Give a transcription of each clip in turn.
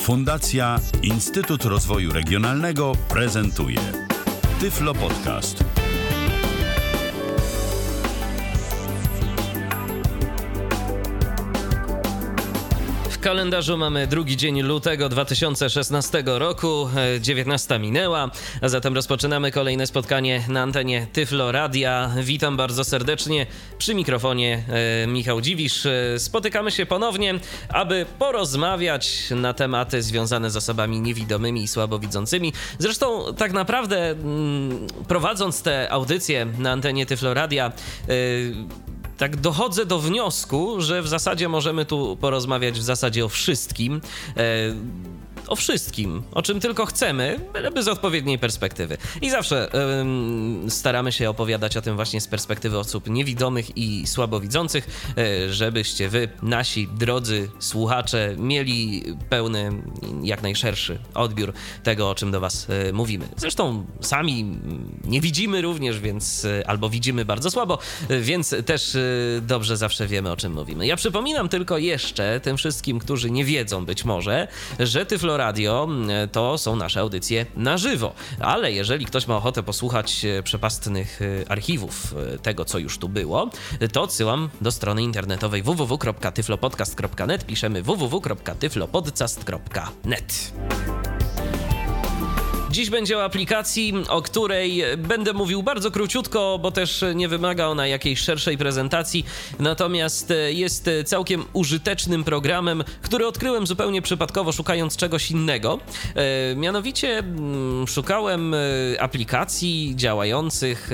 Fundacja Instytut Rozwoju Regionalnego prezentuje Tyflo Podcast. W kalendarzu mamy drugi dzień lutego 2016 roku, 19 minęła, a zatem rozpoczynamy kolejne spotkanie na antenie Tyflo Radia. Witam bardzo serdecznie, przy mikrofonie Michał Dziwisz. Spotykamy się ponownie, aby porozmawiać na tematy związane z osobami niewidomymi i słabowidzącymi. Zresztą tak naprawdę prowadząc te audycje na antenie Tyflo Radia, tak dochodzę do wniosku, że w zasadzie możemy tu porozmawiać w zasadzie o wszystkim. O wszystkim, o czym tylko chcemy, byleby z odpowiedniej perspektywy. I zawsze staramy się opowiadać o tym właśnie z perspektywy osób niewidomych i słabowidzących, żebyście wy, nasi drodzy słuchacze, mieli pełny, jak najszerszy odbiór tego, o czym do was mówimy. Zresztą sami nie widzimy również, więc albo widzimy bardzo słabo, więc też dobrze zawsze wiemy, o czym mówimy. Ja przypominam tylko jeszcze tym wszystkim, którzy nie wiedzą być może, że Tyflo Radio to są nasze audycje na żywo, ale jeżeli ktoś ma ochotę posłuchać przepastnych archiwów tego, co już tu było, to odsyłam do strony internetowej www.tyflopodcast.net. Piszemy www.tyflopodcast.net. Dziś będzie o aplikacji, o której będę mówił bardzo króciutko, bo też nie wymaga ona jakiejś szerszej prezentacji, natomiast jest całkiem użytecznym programem, który odkryłem zupełnie przypadkowo, szukając czegoś innego. Mianowicie szukałem aplikacji działających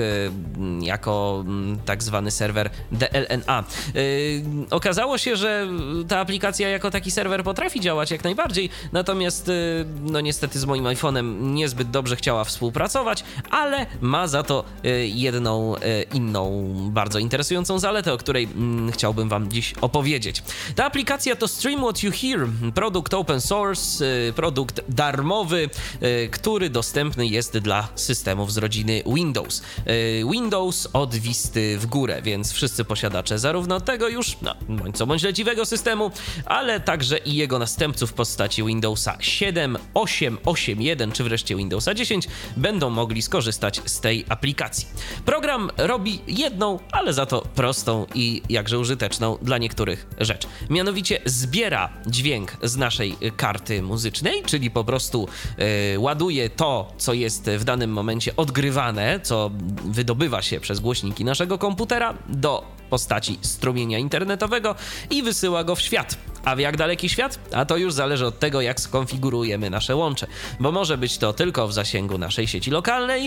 jako tak zwany serwer DLNA. Okazało się, że ta aplikacja jako taki serwer potrafi działać jak najbardziej, natomiast no niestety z moim iPhone'em niezbyt dobrze chciała współpracować, ale ma za to jedną inną, bardzo interesującą zaletę, o której chciałbym wam dziś opowiedzieć. Ta aplikacja to Stream What You Hear, produkt open source, produkt darmowy, który dostępny jest dla systemów z rodziny Windows. Windows odwisty w górę, więc wszyscy posiadacze zarówno tego już, bądź co bądź leciwego systemu, ale także i jego następców w postaci Windowsa 7, 8, 8.1 czy wreszcie Windowsa 10 będą mogli skorzystać z tej aplikacji. Program robi jedną, ale za to prostą i jakże użyteczną dla niektórych rzecz. Mianowicie zbiera dźwięk z naszej karty muzycznej, czyli po prostu ładuje to, co jest w danym momencie odgrywane, co wydobywa się przez głośniki naszego komputera do postaci strumienia internetowego i wysyła go w świat. A w jak daleki świat? A to już zależy od tego, jak skonfigurujemy nasze łącze, bo może być to tylko w zasięgu naszej sieci lokalnej,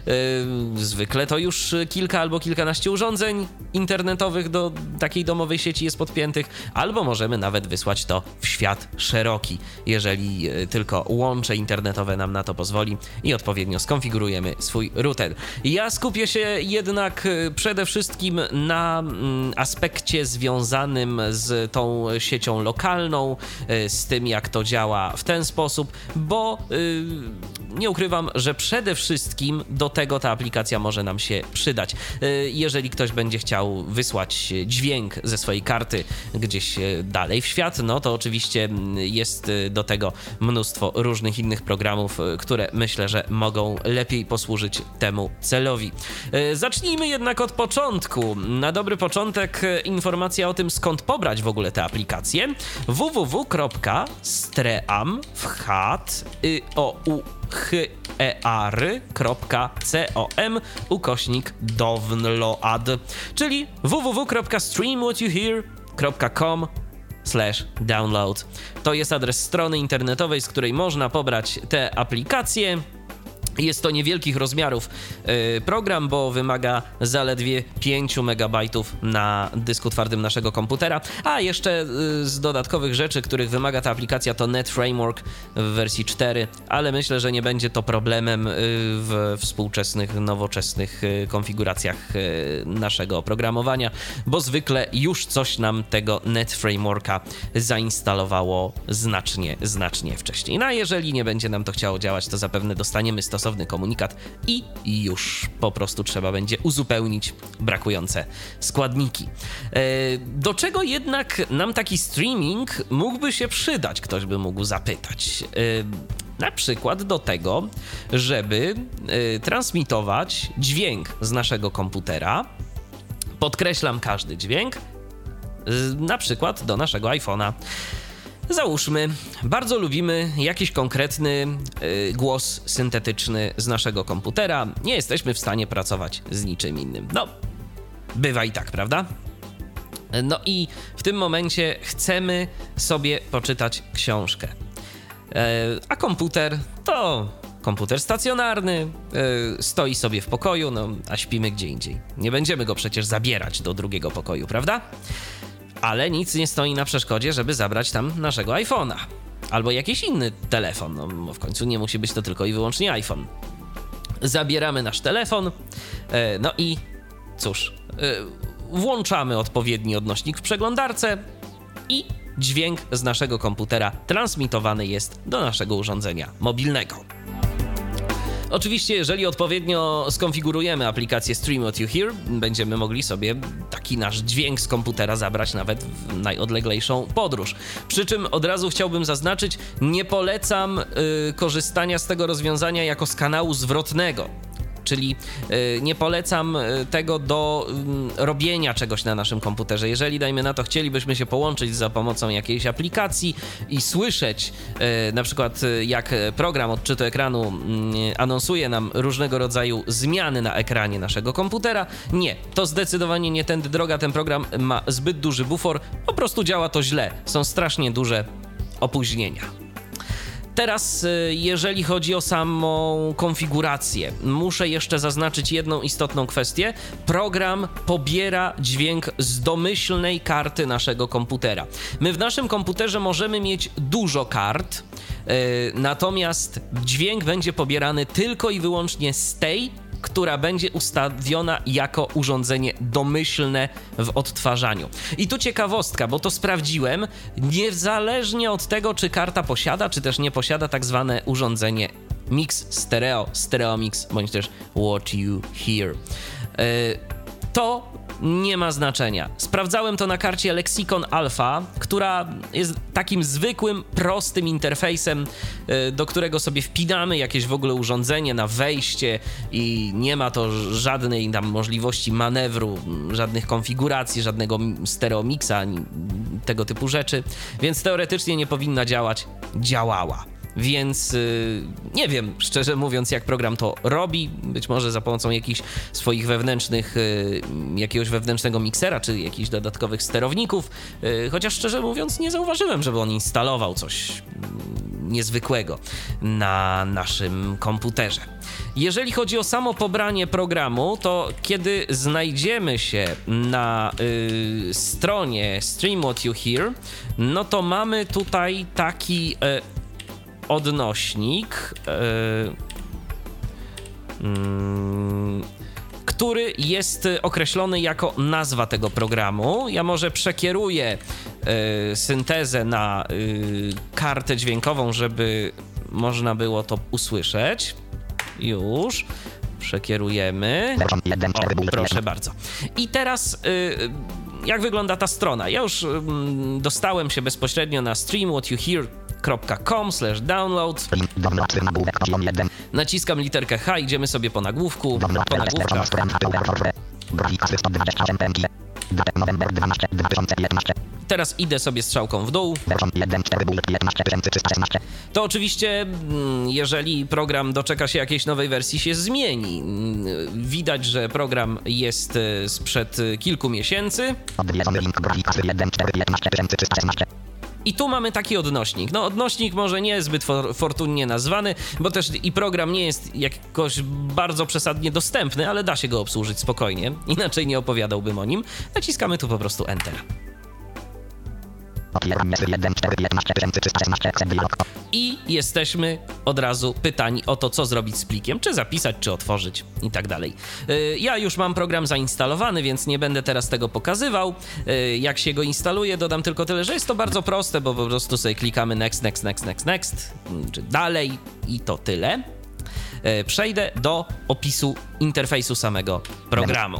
zwykle to już kilka albo kilkanaście urządzeń internetowych do takiej domowej sieci jest podpiętych, albo możemy nawet wysłać to w świat szeroki, jeżeli tylko łącze internetowe nam na to pozwoli i odpowiednio skonfigurujemy swój router. Ja skupię się jednak przede wszystkim na aspekcie związanym z tą siecią lokalną, z tym, jak to działa w ten sposób, bo nie ukrywam, że przede wszystkim do tego ta aplikacja może nam się przydać. Jeżeli ktoś będzie chciał wysłać dźwięk ze swojej karty gdzieś dalej w świat, no to oczywiście jest do tego mnóstwo różnych innych programów, które myślę, że mogą lepiej posłużyć temu celowi. Zacznijmy jednak od początku. Na dobry początek informacja o tym, skąd pobrać w ogóle tę aplikację. www.stream.com/download, czyli www.streamwhatyouhear.com/download. To jest adres strony internetowej, z której można pobrać tę aplikację. Jest to niewielkich rozmiarów program, bo wymaga zaledwie 5 MB na dysku twardym naszego komputera, a jeszcze z dodatkowych rzeczy, których wymaga ta aplikacja, to NetFramework w wersji 4, ale myślę, że nie będzie to problemem w współczesnych, nowoczesnych konfiguracjach naszego oprogramowania, bo zwykle już coś nam tego NetFrameworka zainstalowało znacznie wcześniej. No a jeżeli nie będzie nam to chciało działać, to zapewne dostaniemy stos stosowny komunikat i już po prostu trzeba będzie uzupełnić brakujące składniki. Do czego jednak nam taki streaming mógłby się przydać, ktoś by mógł zapytać. Na przykład do tego, żeby transmitować dźwięk z naszego komputera, podkreślam każdy dźwięk, na przykład do naszego iPhone'a. Załóżmy, bardzo lubimy jakiś konkretny głos syntetyczny z naszego komputera, nie jesteśmy w stanie pracować z niczym innym. No, bywa i tak, prawda? No i w tym momencie chcemy sobie poczytać książkę. A komputer to komputer stacjonarny, stoi sobie w pokoju, no a śpimy gdzie indziej. Nie będziemy go przecież zabierać do drugiego pokoju, prawda? Ale nic nie stoi na przeszkodzie, żeby zabrać tam naszego iPhone'a. Albo jakiś inny telefon, no bo w końcu nie musi być to tylko i wyłącznie iPhone. Zabieramy nasz telefon, no i cóż, włączamy odpowiedni odnośnik w przeglądarce i dźwięk z naszego komputera transmitowany jest do naszego urządzenia mobilnego. Oczywiście, jeżeli odpowiednio skonfigurujemy aplikację Stream What You Hear, będziemy mogli sobie taki nasz dźwięk z komputera zabrać nawet w najodleglejszą podróż. Przy czym od razu chciałbym zaznaczyć, nie polecam korzystania z tego rozwiązania jako z kanału zwrotnego. Czyli nie polecam tego do robienia czegoś na naszym komputerze. Jeżeli, dajmy na to, chcielibyśmy się połączyć za pomocą jakiejś aplikacji i słyszeć na przykład jak program odczytu ekranu anonsuje nam różnego rodzaju zmiany na ekranie naszego komputera, nie, to zdecydowanie nie tędy droga. Ten program ma zbyt duży bufor, po prostu działa to źle. Są strasznie duże opóźnienia. Teraz, jeżeli chodzi o samą konfigurację, muszę jeszcze zaznaczyć jedną istotną kwestię. Program pobiera dźwięk z domyślnej karty naszego komputera. My w naszym komputerze możemy mieć dużo kart, natomiast dźwięk będzie pobierany tylko i wyłącznie z tej, która będzie ustawiona jako urządzenie domyślne w odtwarzaniu. I tu ciekawostka, bo to sprawdziłem, niezależnie od tego, czy karta posiada, czy też nie posiada tak zwane urządzenie Mix Stereo, Stereo Mix, bądź też What You Hear. To nie ma znaczenia. Sprawdzałem to na karcie Lexicon Alpha, która jest takim zwykłym, prostym interfejsem, do którego sobie wpinamy jakieś w ogóle urządzenie na wejście i nie ma to żadnej tam możliwości manewru, żadnych konfiguracji, żadnego stereo mixa, ani tego typu rzeczy, więc teoretycznie nie powinna działać. Działała. Więc nie wiem, szczerze mówiąc, jak program to robi. Być może za pomocą jakichś swoich wewnętrznych, jakiegoś wewnętrznego miksera, czy jakichś dodatkowych sterowników. Chociaż szczerze mówiąc nie zauważyłem, żeby on instalował coś niezwykłego na naszym komputerze. Jeżeli chodzi o samo pobranie programu, to kiedy znajdziemy się na stronie Stream What You Hear, no to mamy tutaj taki odnośnik, który jest określony jako nazwa tego programu. Ja może przekieruję syntezę na kartę dźwiękową, żeby można było to usłyszeć. Już przekierujemy. O, proszę bardzo. I teraz jak wygląda ta strona? Ja już dostałem się bezpośrednio na streamwhatyouhear.com/download. Naciskam literkę H, idziemy sobie po nagłówku. Po nagłówkach. Teraz idę sobie strzałką w dół. To oczywiście, jeżeli program doczeka się jakiejś nowej wersji, się zmieni. Widać, że program jest sprzed kilku miesięcy. I tu mamy taki odnośnik. No, odnośnik może nie jest zbyt fortunnie nazwany, bo też i program nie jest jakoś bardzo przesadnie dostępny, ale da się go obsłużyć spokojnie. Inaczej nie opowiadałbym o nim. Naciskamy tu po prostu Enter. I jesteśmy od razu pytani o to, co zrobić z plikiem, czy zapisać, czy otworzyć i tak dalej. Ja już mam program zainstalowany, więc nie będę teraz tego pokazywał. Jak się go instaluje, dodam tylko tyle, że jest to bardzo proste, bo po prostu sobie klikamy next, czy dalej i to tyle. przejdę do opisu interfejsu samego programu.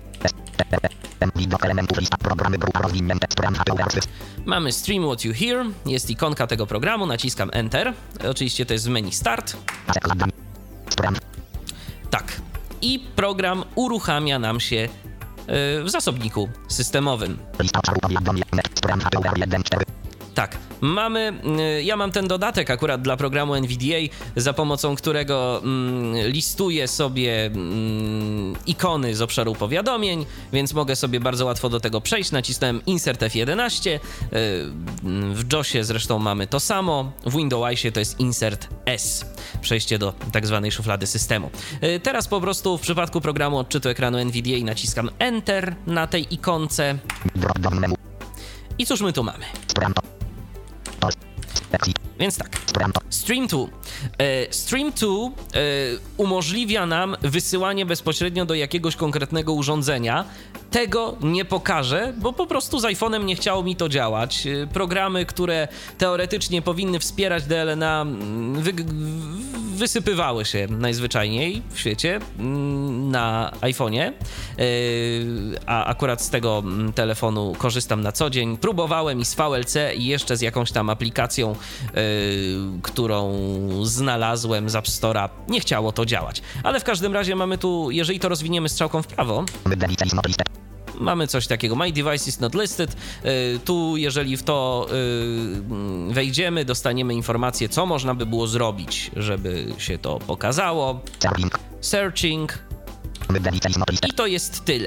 Mamy Stream What You Hear, jest ikonka tego programu, naciskam Enter. Oczywiście to jest w menu Start. Tak. I program uruchamia nam się w zasobniku systemowym. Tak, ja mam ten dodatek akurat dla programu NVDA, za pomocą którego listuję sobie ikony z obszaru powiadomień, więc mogę sobie bardzo łatwo do tego przejść. Nacisnąłem Insert F11, w JOSie zresztą mamy to samo, w Windowsie to jest Insert S, przejście do tak zwanej szuflady systemu. Teraz po prostu w przypadku programu odczytu ekranu NVDA naciskam Enter na tej ikonce. I cóż my tu mamy? Więc tak, Stream 2. Stream 2 umożliwia nam wysyłanie bezpośrednio do jakiegoś konkretnego urządzenia. Tego nie pokażę, bo po prostu z iPhone'em nie chciało mi to działać. Programy, które teoretycznie powinny wspierać DLNA, wysypywały się najzwyczajniej w świecie na iPhone'ie, a akurat z tego telefonu korzystam na co dzień. Próbowałem i z VLC i jeszcze z jakąś tam aplikacją, którą znalazłem z App Store'a. Nie chciało to działać. Ale w każdym razie mamy tu, jeżeli to rozwiniemy strzałką w prawo, mamy coś takiego, My device is not listed. Tu, jeżeli w to wejdziemy, dostaniemy informację, co można by było zrobić, żeby się to pokazało. Searching. I to jest tyle.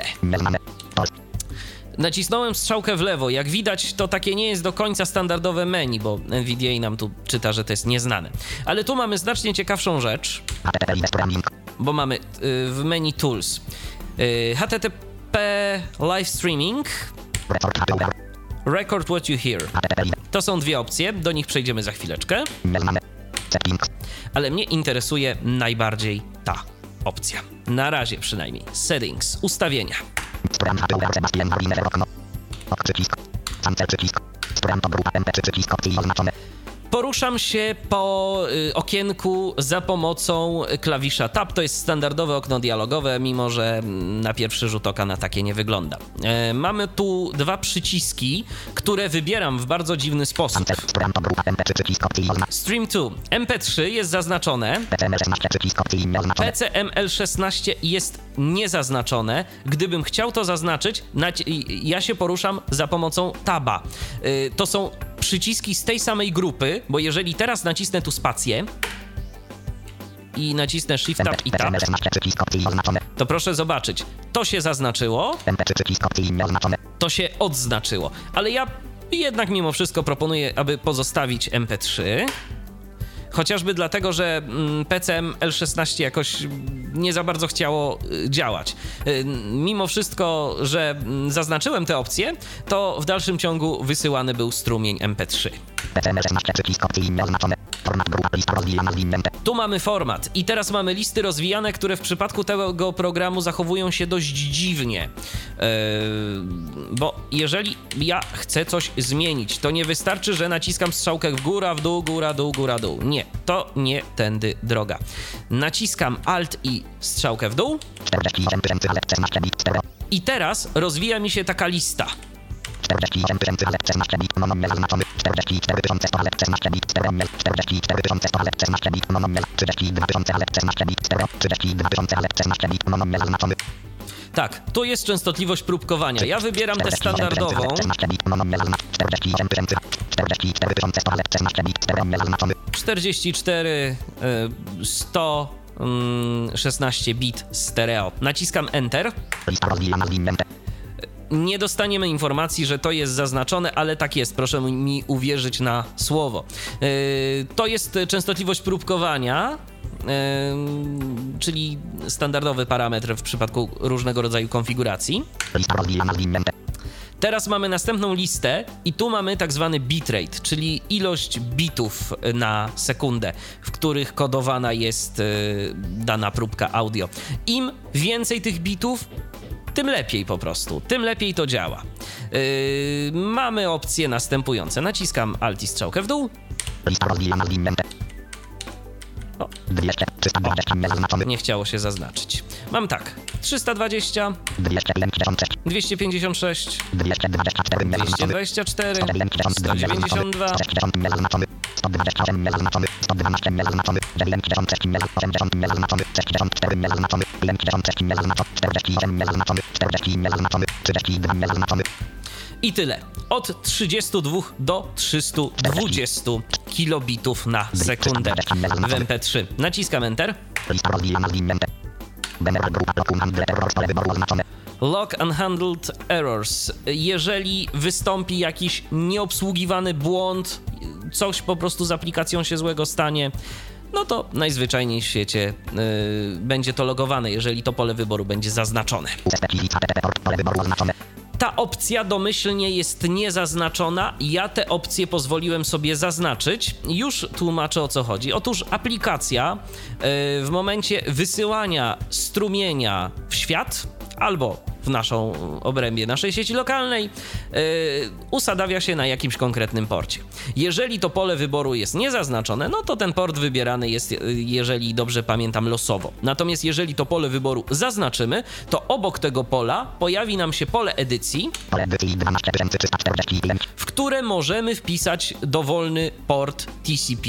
Nacisnąłem strzałkę w lewo. Jak widać, to takie nie jest do końca standardowe menu, bo NVDA nam tu czyta, że to jest nieznane. Ale tu mamy znacznie ciekawszą rzecz, bo mamy w menu Tools HTTP Live Streaming, Record What You Hear. To są dwie opcje, do nich przejdziemy za chwileczkę. Ale mnie interesuje najbardziej ta opcja. Na razie przynajmniej. Settings, ustawienia. Poruszam się po okienku za pomocą klawisza Tab. To jest standardowe okno dialogowe, mimo że na pierwszy rzut oka na takie nie wygląda. Mamy tu dwa przyciski, które wybieram w bardzo dziwny sposób. Stream 2. MP3 jest zaznaczone. PCML16 jest niezaznaczone. Gdybym chciał to zaznaczyć, ja się poruszam za pomocą Taba. To są przyciski z tej samej grupy, bo jeżeli teraz nacisnę tu spację i nacisnę Shift Tab i Tab, to proszę zobaczyć, to się zaznaczyło, to się odznaczyło, ale ja jednak mimo wszystko proponuję, aby pozostawić MP3, chociażby dlatego, że PCM-L16 jakoś nie za bardzo chciało działać. Mimo wszystko, że zaznaczyłem tę opcję, to w dalszym ciągu wysyłany był strumień MP3. Tu mamy format i teraz mamy listy rozwijane, które w przypadku tego programu zachowują się dość dziwnie. Bo jeżeli ja chcę coś zmienić, to nie wystarczy, że naciskam strzałkę w górę, w dół, góra, dół, góra, dół. Nie, to nie tędy droga. Naciskam Alt i strzałkę w dół. I teraz rozwija mi się taka lista. 48 tysięcy, ale 16 bit, monomiel zaznaczony, 44 100, ale 16 bit, 44 100, ale 16 bit, monomiel, 32 000, ale 16 bit, 32 000, ale 16 bit, monomiel zaznaczony. Tak, tu jest częstotliwość próbkowania. Ja wybieram tę standardową. 44 100 16 bit stereo. Naciskam Enter. Nie dostaniemy informacji, że to jest zaznaczone, ale tak jest, proszę mi uwierzyć na słowo. To jest częstotliwość próbkowania, czyli standardowy parametr w przypadku różnego rodzaju konfiguracji. Teraz mamy następną listę i tu mamy tak zwany bitrate, czyli ilość bitów na sekundę, w których kodowana jest dana próbka audio. Im więcej tych bitów, tym lepiej po prostu, tym lepiej to działa. Mamy opcje następujące. Naciskam Alt i strzałkę w dół. O. 200, 320 niezaznaczony. Nie chciało się zaznaczyć. Mam tak, 320, 256, 256, 224 niezaznaczony. 224, 192 192, 60 niezaznaczony. 128 niezaznaczony. 112 niezaznaczony. 96 80 niezaznaczony. 64 niezaznaczony. 56 niezaznaczony. 47 niezaznaczony. 40 niezaznaczony. 32 niezaznaczony. i tyle. Od 32 do 320 kilobitów na sekundę w MP3. Naciskam Enter. Lista rozwijana zwinięte. General grupa bloku handle error pole wyboru oznaczone. Log Unhandled Errors. Jeżeli wystąpi jakiś nieobsługiwany błąd, coś po prostu z aplikacją się złego stanie, no to najzwyczajniej w świecie będzie to logowane, jeżeli to pole wyboru będzie zaznaczone. Pole wyboru oznaczone. Ta opcja domyślnie jest niezaznaczona. Ja tę opcję pozwoliłem sobie zaznaczyć. Już tłumaczę, o co chodzi. Otóż aplikacja w momencie wysyłania strumienia w świat albo w naszą obrębie naszej sieci lokalnej usadawia się na jakimś konkretnym porcie. Jeżeli to pole wyboru jest niezaznaczone, no to ten port wybierany jest, jeżeli dobrze pamiętam, losowo. Natomiast jeżeli to pole wyboru zaznaczymy, to obok tego pola pojawi nam się pole edycji, w które możemy wpisać dowolny port TCP,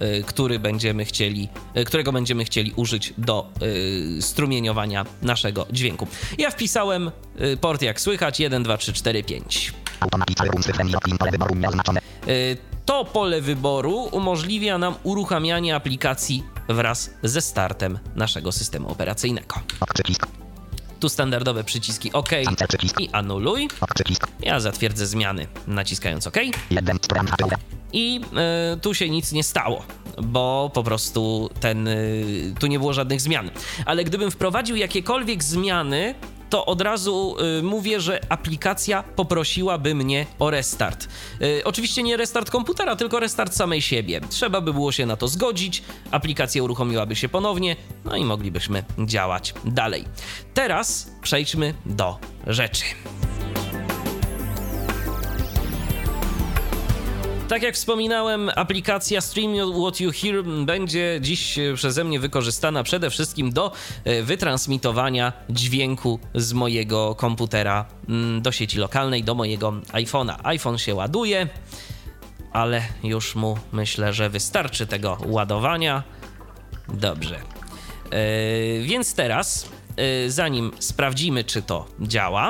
którego będziemy chcieli użyć do strumieniowania naszego dźwięku. Ja wpisałem port, jak słychać, 1, 2, 3, 4, 5. To pole wyboru umożliwia nam uruchamianie aplikacji wraz ze startem naszego systemu operacyjnego. Tu standardowe przyciski OK i anuluj. Ja zatwierdzę zmiany, naciskając OK. I tu się nic nie stało, bo po prostu tu nie było żadnych zmian. Ale gdybym wprowadził jakiekolwiek zmiany, to od razu mówię, że aplikacja poprosiłaby mnie o restart. Oczywiście nie restart komputera, tylko restart samej siebie. Trzeba by było się na to zgodzić, aplikacja uruchomiłaby się ponownie, no i moglibyśmy działać dalej. Teraz przejdźmy do rzeczy. Tak jak wspominałem, aplikacja Stream What You Hear będzie dziś przeze mnie wykorzystana przede wszystkim do wytransmitowania dźwięku z mojego komputera do sieci lokalnej, do mojego iPhone'a. iPhone się ładuje, ale już mu myślę, że wystarczy tego ładowania. Dobrze. Więc teraz, zanim sprawdzimy, czy to działa,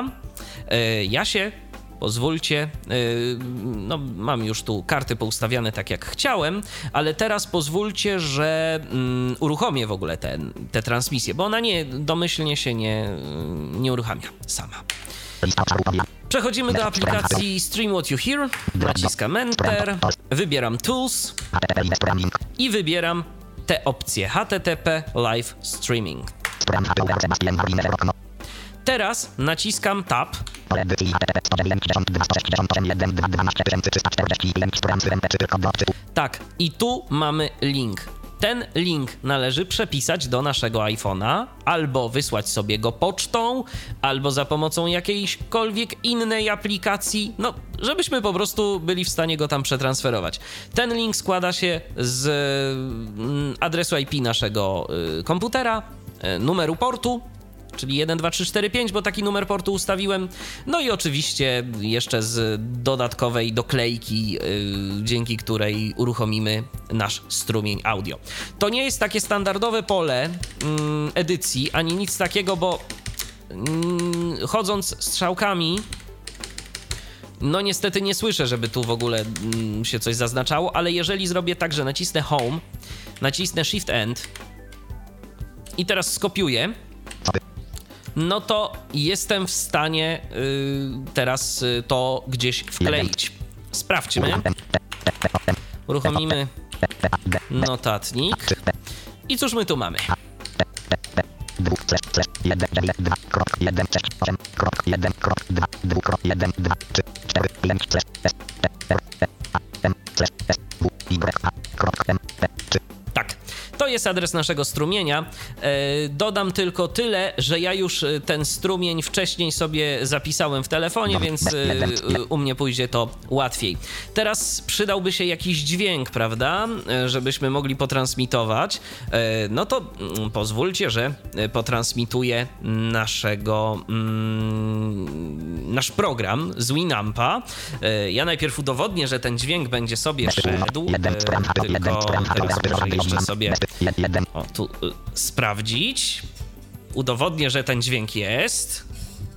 pozwólcie, no mam już tu karty poustawiane tak jak chciałem, ale teraz pozwólcie, że uruchomię w ogóle tę transmisję, bo ona domyślnie się nie uruchamia sama. Przechodzimy do aplikacji Stream What You Hear, naciskam Enter, wybieram Tools i wybieram tę opcję HTTP Live Streaming. Teraz naciskam Tab. Tak, i tu mamy link. Ten link należy przepisać do naszego iPhone'a, albo wysłać sobie go pocztą, albo za pomocą jakiejśkolwiek innej aplikacji, no, żebyśmy po prostu byli w stanie go tam przetransferować. Ten link składa się z adresu IP naszego komputera, numeru portu, czyli 1, 2, 3, 4, 5, bo taki numer portu ustawiłem. No i oczywiście jeszcze z dodatkowej doklejki, dzięki której uruchomimy nasz strumień audio. To nie jest takie standardowe pole edycji, ani nic takiego, bo chodząc strzałkami, no niestety nie słyszę, żeby tu w ogóle się coś zaznaczało, ale jeżeli zrobię tak, że nacisnę Home, nacisnę Shift End i teraz skopiuję, no to jestem w stanie teraz to gdzieś wkleić. Sprawdźmy. Uruchomimy notatnik. I cóż my tu mamy? Tak, to To jest adres naszego strumienia. Dodam tylko tyle, że ja już ten strumień wcześniej sobie zapisałem w telefonie, więc u mnie pójdzie to łatwiej. Teraz przydałby się jakiś dźwięk, prawda, żebyśmy mogli potransmitować. No to pozwólcie, że potransmituję nasz program z Winampa. Ja najpierw udowodnię, że ten dźwięk będzie sobie szedł, tylko teraz muszę jeszcze sobie tu sprawdzić. Udowodnię, że ten dźwięk jest.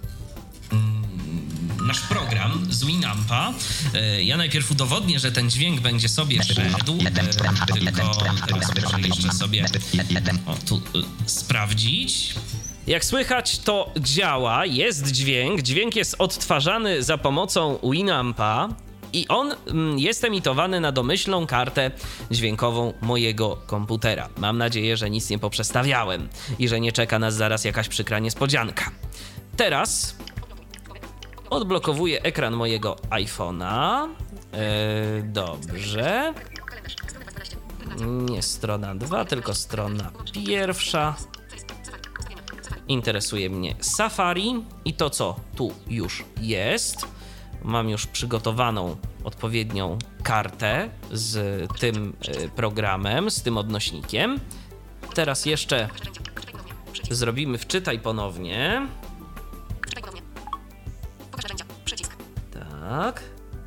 Nasz program z Winampa. Ja najpierw udowodnię, że ten dźwięk będzie sobie szedł, tylko teraz muszę jeszcze sobie tu sprawdzić. Jak słychać, to działa, jest dźwięk. Dźwięk jest odtwarzany za pomocą Winampa i on jest emitowany na domyślną kartę dźwiękową mojego komputera. Mam nadzieję, że nic nie poprzestawiałem i że nie czeka nas zaraz jakaś przykra niespodzianka. Teraz odblokowuję ekran mojego iPhone'a. Dobrze. Nie strona 2, tylko strona pierwsza. Interesuje mnie Safari i to, co tu już jest. Mam już przygotowaną odpowiednią kartę z tym programem, z tym odnośnikiem. Teraz jeszcze zrobimy wczytaj ponownie. Tak.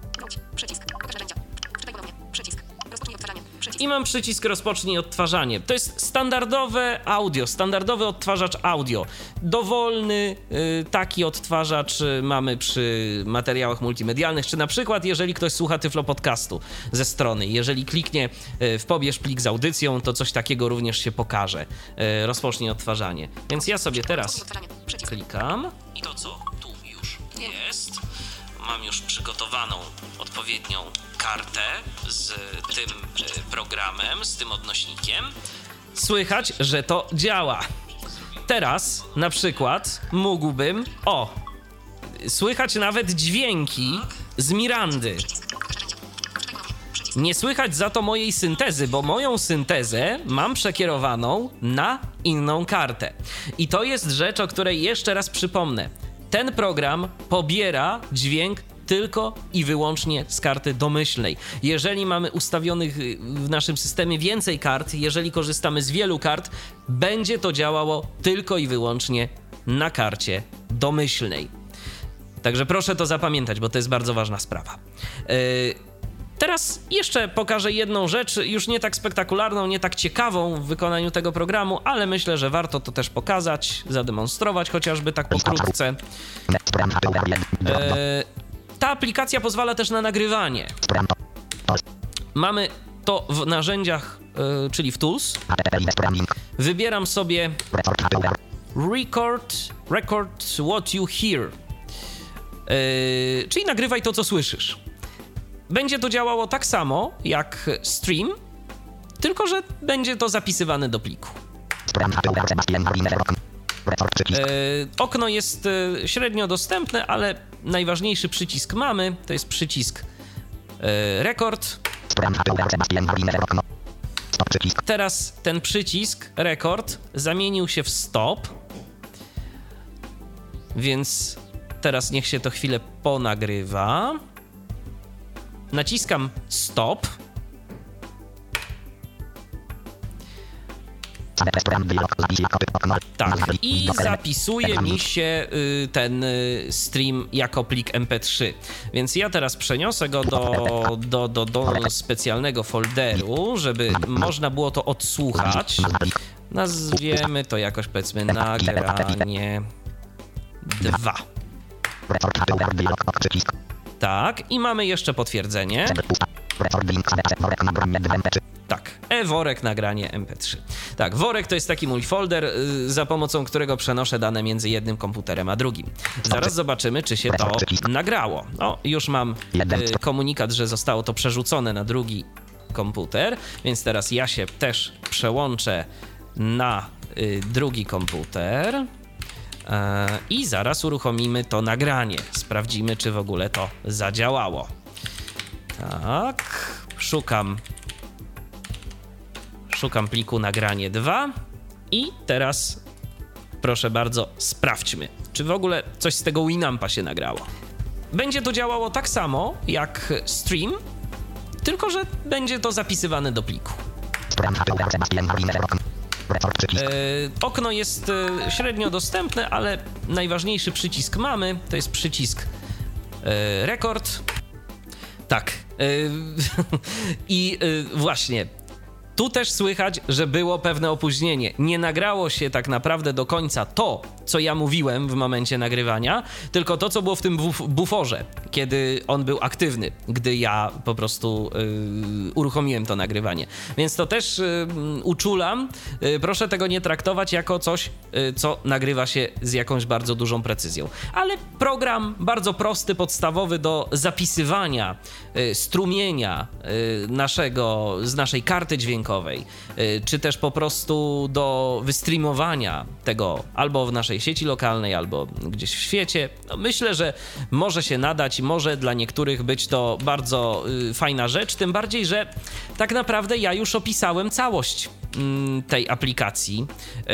I mam przycisk rozpocznij odtwarzanie. To jest standardowe audio, standardowy odtwarzacz audio. Dowolny taki odtwarzacz mamy przy materiałach multimedialnych, czy na przykład jeżeli ktoś słucha Tyflo Podcastu ze strony. Jeżeli kliknie w pobierz plik z audycją, to coś takiego również się pokaże. Rozpocznij odtwarzanie. Więc ja sobie teraz klikam i to, co tu już jest, mam już przygotowaną odpowiednią kartę z tym programem, z tym odnośnikiem. Słychać, że to działa. Teraz na przykład mógłbym... słychać nawet dźwięki z Mirandy. Nie słychać za to mojej syntezy, bo moją syntezę mam przekierowaną na inną kartę. I to jest rzecz, o której jeszcze raz przypomnę. Ten program pobiera dźwięk tylko i wyłącznie z karty domyślnej. Jeżeli mamy ustawionych w naszym systemie więcej kart, jeżeli korzystamy z wielu kart, będzie to działało tylko i wyłącznie na karcie domyślnej. Także proszę to zapamiętać, bo to jest bardzo ważna sprawa. Teraz jeszcze pokażę jedną rzecz, już nie tak spektakularną, nie tak ciekawą w wykonaniu tego programu, ale myślę, że warto to też pokazać, zademonstrować chociażby tak pokrótce. Ta aplikacja pozwala też na nagrywanie. Mamy to w narzędziach, czyli w Tools. Wybieram sobie Record what you hear. Czyli nagrywaj to, co słyszysz. Będzie to działało tak samo jak stream, tylko że będzie to zapisywane do pliku. Okno jest średnio dostępne, ale najważniejszy przycisk mamy, to jest przycisk rekord. Teraz ten przycisk rekord zamienił się w stop, więc teraz niech się to chwilę ponagrywa. Naciskam stop. Tak, i zapisuje mi się ten stream jako plik MP3. Więc ja teraz przeniosę go do specjalnego folderu, żeby można było to odsłuchać. Nazwiemy to jakoś, powiedzmy, nagranie 2. Tak, i mamy jeszcze potwierdzenie. Tak, worek nagranie MP3. Tak, worek to jest taki mój folder, za pomocą którego przenoszę dane między jednym komputerem a drugim. Zaraz zobaczymy, czy się to nagrało. O, już mam komunikat, że zostało to przerzucone na drugi komputer, więc teraz ja się też przełączę na drugi komputer. I zaraz uruchomimy to nagranie. Sprawdzimy, czy w ogóle to zadziałało. Tak, szukam szukam pliku nagranie 2 i teraz proszę bardzo, sprawdźmy, czy w ogóle coś z tego Winampa się nagrało. Będzie to działało tak samo jak stream, tylko że będzie to zapisywane do pliku. Okno jest średnio dostępne, ale najważniejszy przycisk mamy, to jest przycisk rekord. Tak. I właśnie, tu też słychać, że było pewne opóźnienie. Nie nagrało się tak naprawdę do końca to, co ja mówiłem w momencie nagrywania, tylko to, co było w tym buforze, kiedy on był aktywny, gdy ja po prostu uruchomiłem to nagrywanie. Więc to też uczulam. Proszę tego nie traktować jako coś, co nagrywa się z jakąś bardzo dużą precyzją. Ale program bardzo prosty, podstawowy do zapisywania strumienia z naszej karty dźwiękowej, czy też po prostu do wystreamowania tego albo w naszej sieci lokalnej, albo gdzieś w świecie. No myślę, że może się nadać i może dla niektórych być to bardzo fajna rzecz, tym bardziej, że tak naprawdę ja już opisałem całość tej aplikacji.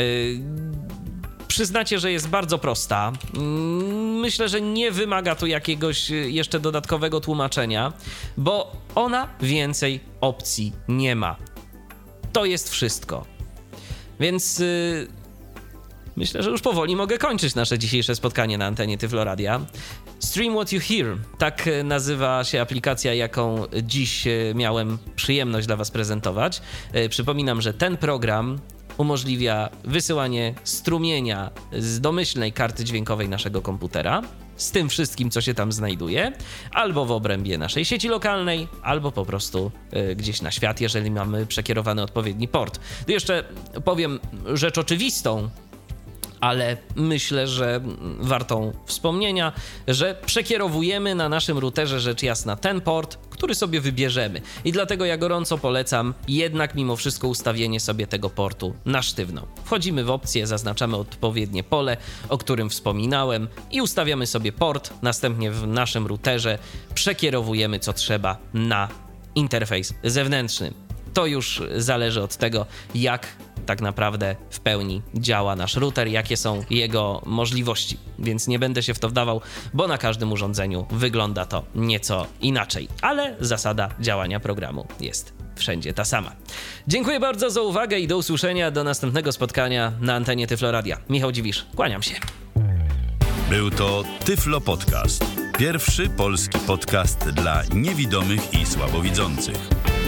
Przyznacie, że jest bardzo prosta. Myślę, że nie wymaga tu jakiegoś jeszcze dodatkowego tłumaczenia, bo ona więcej opcji nie ma. To jest wszystko. Więc myślę, że już powoli mogę kończyć nasze dzisiejsze spotkanie na antenie Tyflo Radia. Stream What You Hear, tak nazywa się aplikacja, jaką dziś miałem przyjemność dla Was prezentować. Przypominam, że ten program umożliwia wysyłanie strumienia z domyślnej karty dźwiękowej naszego komputera, z tym wszystkim, co się tam znajduje, albo w obrębie naszej sieci lokalnej, albo po prostu gdzieś na świat, jeżeli mamy przekierowany odpowiedni port. Tu jeszcze powiem rzecz oczywistą, ale myślę, że wartą wspomnienia, że przekierowujemy na naszym routerze rzecz jasna ten port, który sobie wybierzemy. I dlatego ja gorąco polecam jednak mimo wszystko ustawienie sobie tego portu na sztywno. Wchodzimy w opcję, zaznaczamy odpowiednie pole, o którym wspominałem i ustawiamy sobie port, następnie w naszym routerze przekierowujemy co trzeba na interfejs zewnętrzny. To już zależy od tego, jak tak naprawdę w pełni działa nasz router, jakie są jego możliwości, więc nie będę się w to wdawał, bo na każdym urządzeniu wygląda to nieco inaczej, ale zasada działania programu jest wszędzie ta sama. Dziękuję bardzo za uwagę i do usłyszenia do następnego spotkania na antenie Tyflo Radia. Michał Dziwisz, kłaniam się. Był to Tyflo Podcast. Pierwszy polski podcast dla niewidomych i słabowidzących.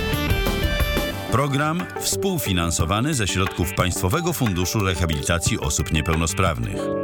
Program współfinansowany ze środków Państwowego Funduszu Rehabilitacji Osób Niepełnosprawnych.